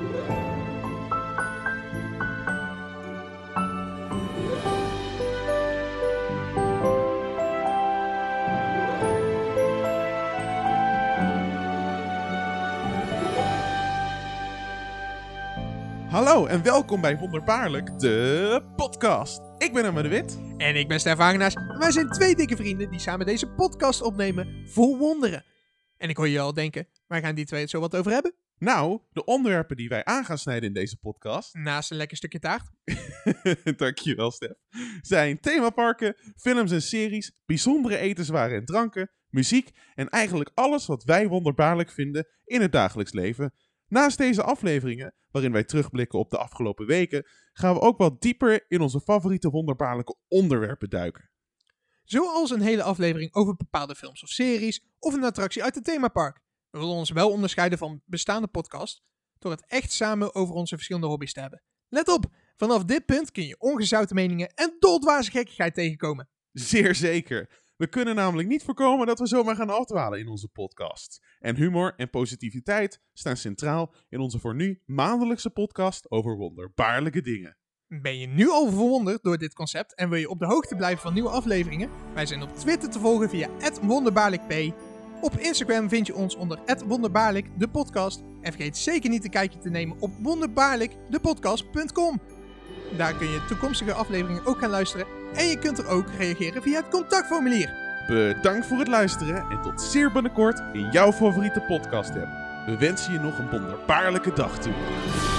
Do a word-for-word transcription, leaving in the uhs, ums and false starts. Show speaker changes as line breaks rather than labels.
Hallo en welkom bij Wonderbaarlijk, de podcast. Ik ben Emma de Wit.
En ik ben Stef Hagenaars. En wij zijn twee dikke vrienden die samen deze podcast opnemen vol wonderen. En ik hoor je al denken, waar gaan die twee het zo wat over hebben?
Nou, de onderwerpen die wij aan gaan snijden in deze podcast,
Naast een lekker stukje taart.
dankjewel Stef, zijn themaparken, films en series, bijzondere etenswaren en dranken, muziek en eigenlijk alles wat wij wonderbaarlijk vinden in het dagelijks leven. Naast deze afleveringen, waarin wij terugblikken op de afgelopen weken, gaan we ook wat dieper in onze favoriete wonderbaarlijke onderwerpen duiken.
Zoals een hele aflevering over bepaalde films of series, of een attractie uit het themapark. We willen ons wel onderscheiden van bestaande podcasts, door het echt samen over onze verschillende hobby's te hebben. Let op, vanaf dit punt kun je ongezouten meningen en doldwaze gekkigheid tegenkomen.
Zeer zeker. We kunnen namelijk niet voorkomen dat we zomaar gaan afdwalen in onze podcast. En humor en positiviteit staan centraal in onze voor nu maandelijkse podcast over wonderbaarlijke dingen.
Ben je nu al verwonderd door dit concept en wil je op de hoogte blijven van nieuwe afleveringen? Wij zijn op Twitter te volgen via at wonderbaarlijkp. Op Instagram vind je ons onder at wonderbaarlijk de podcast. En vergeet zeker niet een kijkje te nemen op wonderbaarlijk de podcast punt com. Daar kun je toekomstige afleveringen ook gaan luisteren. En je kunt er ook reageren via het contactformulier.
Bedankt voor het luisteren en tot zeer binnenkort in jouw favoriete podcast app. We wensen je nog een wonderbaarlijke dag toe.